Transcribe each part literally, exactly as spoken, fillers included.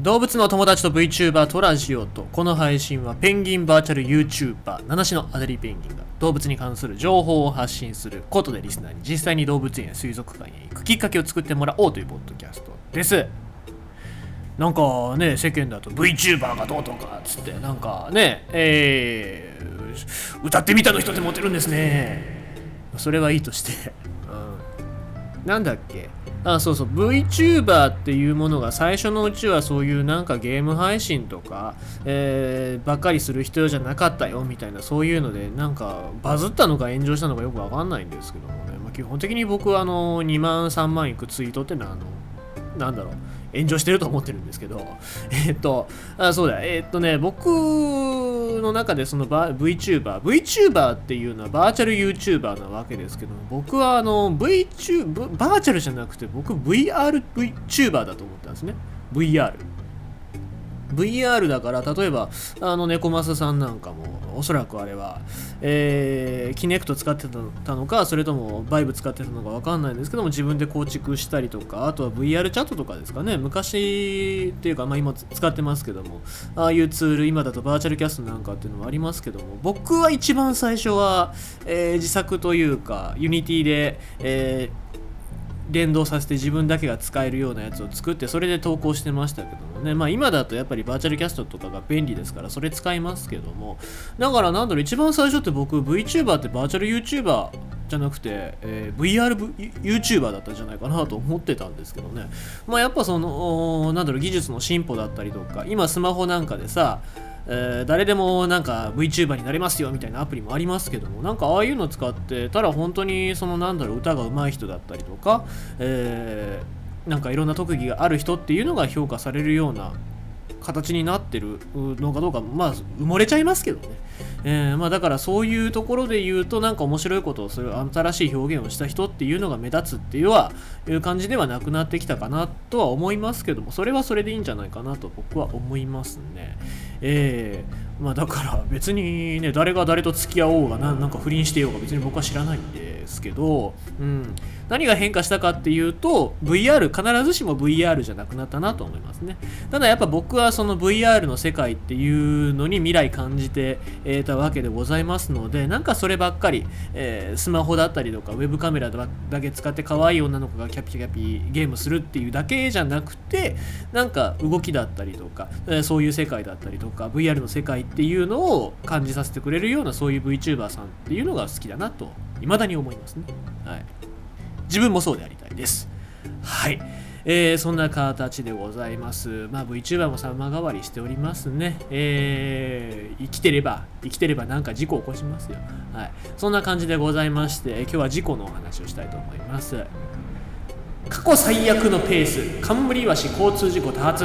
動物の友達と VTuber とラジオと、この配信はペンギンバーチャル YouTuber 七種のアデリーペンギンが動物に関する情報を発信することでリスナーに実際に動物園や水族館へ行くきっかけを作ってもらおうというポッドキャストです。なんかね、世間だと VTuber がどうとかっつってなんかね、えー、歌ってみたの人ってモテるんですね。それはいいとして、うん、なんだっけ、あ、そうそう VTuber っていうものが最初のうちはそういうなんかゲーム配信とか、えー、ばっかりする人じゃなかったよみたいな、そういうのでなんかバズったのか炎上したのかよくわかんないんですけどもね、まあ、基本的に僕はあのにまんさんまんいくツイートってのはあのなんだろう炎上してると思ってるんですけど、えっとあそうだえっとね僕の中でその VTuber VTuber っていうのはバーチャル YouTuber なわけですけど、僕はあの VTuber バーチャルじゃなくて僕 ブイアール VTuber だと思ったんですね。 ブイアールブイアール だから、例えばあの猫マスさんなんかもおそらくあれは、えー、キネクト使ってたのかそれともバイブ使ってたのか分かんないんですけども、自分で構築したりとか、あとは ブイアール チャットとかですかね、昔っていうか、まあ、今使ってますけども、ああいうツール今だとバーチャルキャストなんかっていうのもありますけども、僕は一番最初は、えー、自作というか Unity で、えー連動させて自分だけが使えるようなやつを作ってそれで投稿してましたけどもね、まあ今だとやっぱりバーチャルキャストとかが便利ですからそれ使いますけども、だからなんだろう、一番最初って僕 VTuber ってバーチャル YouTuber じゃなくて、えー、ブイアール YouTuber だったんじゃないかなと思ってたんですけどね。まあやっぱそのなんだろう、技術の進歩だったりとか、今スマホなんかでさ、えー、誰でもなんか VTuber になれますよみたいなアプリもありますけども、なんかああいうの使ってたら本当にそのなんだろう、歌が上手い人だったりとか、えー、なんかいろんな特技がある人っていうのが評価されるような形になってるのかどうか、まあ埋もれちゃいますけどね、えー、まあだからそういうところで言うと、なんか面白いことをする新しい表現をした人っていうのが目立つっていうはいう感じではなくなってきたかなとは思いますけども、それはそれでいいんじゃないかなと僕は思いますね。えー、まあだから別にね、誰が誰と付き合おうが な, なんか不倫してようが別に僕は知らないんですけど、うん、何が変化したかっていうと ブイアール 必ずしも ブイアール じゃなくなったなと思いますね。ただやっぱ僕はその ブイアール の世界っていうのに未来感じてたわけでございますので、なんかそればっかり、えー、スマホだったりとかウェブカメラだけ使って可愛い女の子がキャピキャピゲームするっていうだけじゃなくて、なんか動きだったりとか、えー、そういう世界だったりとか ブイアール の世界っていうのを感じさせてくれるような、そういう VTuber さんっていうのが好きだなと未だに思いますね。はい、自分もそうでありたいです。はい、えー、そんな形でございます。まあ VTuber も様変わりしておりますね。えー、生きてれば生きてればなんか事故起こしますよ。はい、そんな感じでございまして、今日は事故のお話をしたいと思います。過去最悪のペース、冠橋交通事故多発。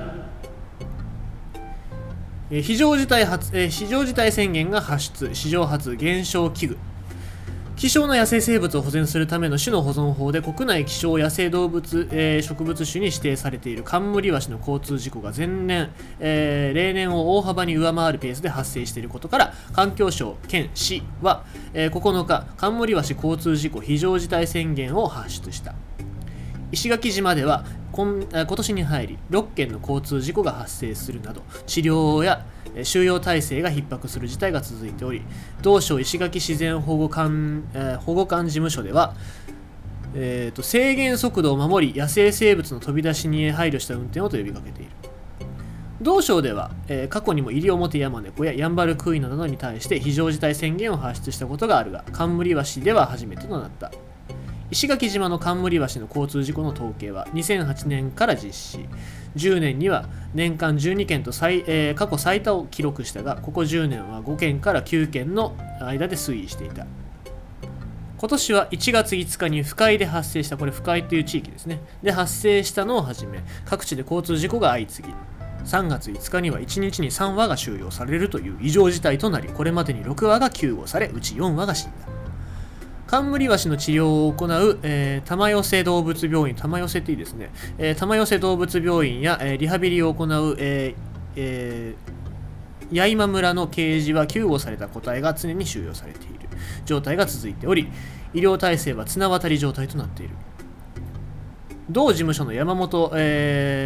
えー、非常事態発、えー、非常事態宣言が発出、史上初減少危惧。希少な野生生物を保全するための種の保存法で国内希少野生動物、えー、植物種に指定されている冠橋の交通事故が前年、えー、例年を大幅に上回るペースで発生していることから、環境省県市は、えー、ここのか冠橋交通事故非常事態宣言を発出した。石垣島では今, 今年に入りろっけんの交通事故が発生するなど、治療や収容体制が逼迫する事態が続いており、同省石垣自然保護官、えー、保護官事務所では、えー、と制限速度を守り野生生物の飛び出しに配慮した運転をと呼びかけている。同省では、えー、過去にもイリオモテヤマネコやヤンバルクイナなどに対して非常事態宣言を発出したことがあるが、冠橋では初めてとなった。石垣島の冠橋の交通事故の統計はにせんはちねんから実施。じゅうねんには年間じゅうにけんと最、えー、過去最多を記録したが、ここじゅうねんはごけんからきゅうけんの間で推移していた。今年はいちがついつかに深井で発生した、これ深井という地域ですね、で発生したのをはじめ、各地で交通事故が相次ぎ、さんがついつかにはいちにちにさんわが収容されるという異常事態となり、これまでにろくわが救護され、うちよんわが死んだ。冠橋の治療を行う、えー、玉寄せ動物病院、玉寄せっていいですね、えー、玉寄せ動物病院や、えー、リハビリを行う、えーえー、八重間村の刑事は救護された個体が常に収容されている状態が続いており、医療体制は綱渡り状態となっている。同事務所の山本、えー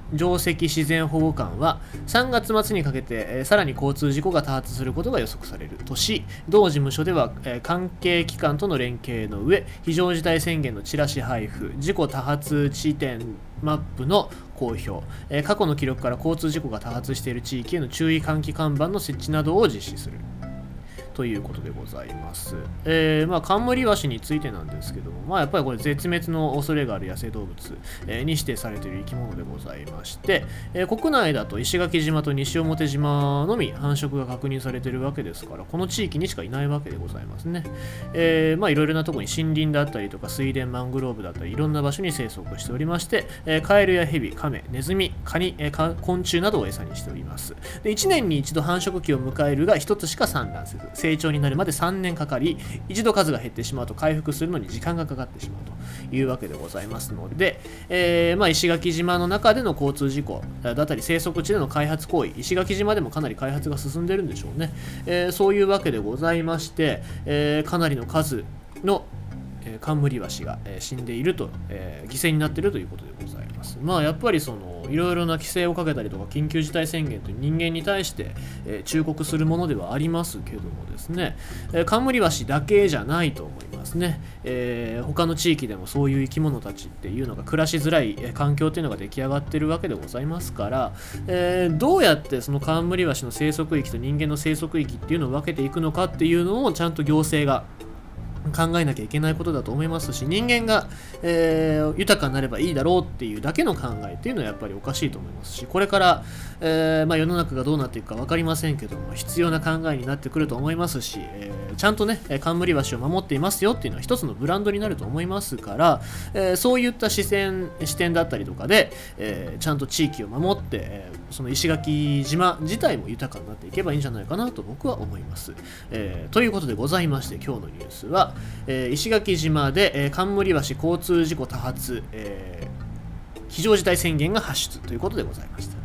上石自然保護館はさんがつ末にかけて、えー、さらに交通事故が多発することが予測されるとし、同事務所では、えー、関係機関との連携の上、非常事態宣言のチラシ配布、事故多発地点マップの公表、えー、過去の記録から交通事故が多発している地域への注意喚起看板の設置などを実施するということでございます。えー、まあ、カンムリワシについてなんですけども、まあ、やっぱりこれ絶滅の恐れがある野生動物、えー、に指定されている生き物でございまして、えー、国内だと石垣島と西表島のみ繁殖が確認されているわけですから、この地域にしかいないわけでございますね。えー、まあ、いろいろなところに森林だったりとか水田、マングローブだったりいろんな場所に生息しておりまして、えー、カエルやヘビ、カメ、ネズミ、カニ、えー、昆虫などを餌にしております。で、いちねんに一度繁殖期を迎えるがひとつしか産卵せず、成長になるまでさんねんかかり、一度数が減ってしまうと回復するのに時間がかかってしまうというわけでございますので、えー、まあ石垣島の中での交通事故だったり生息地での開発行為、石垣島でもかなり開発が進んでるんでしょうね。えー、そういうわけでございまして、えー、かなりの数のカンムリワシが、えー、死んでいると、えー、犠牲になっているということでございます。まあやっぱりそのいろいろな規制をかけたりとか緊急事態宣言という人間に対して、えー、忠告するものではありますけどもですね、えー、カンムリワシだけじゃないと思いますね。えー、他の地域でもそういう生き物たちっていうのが暮らしづらい、えー、環境っていうのが出来上がっているわけでございますから、えー、どうやってそのカンムリワシの生息域と人間の生息域っていうのを分けていくのかっていうのをちゃんと行政が考えなきゃいけないことだと思いますし、人間が、えー、豊かになればいいだろうっていうだけの考えっていうのはやっぱりおかしいと思いますし、これから、えーまあ、世の中がどうなっていくか分かりませんけども、必要な考えになってくると思いますし、えー、ちゃんとねカンムリワシを守っていますよっていうのは一つのブランドになると思いますから、えー、そういった視線視点だったりとかで、えー、ちゃんと地域を守って、えー、その石垣島自体も豊かになっていけばいいんじゃないかなと僕は思います。えー、ということでございまして、今日のニュースはえー、石垣島で、えー、カンムリワシ交通事故多発、えー、非常事態宣言が発出ということでございました。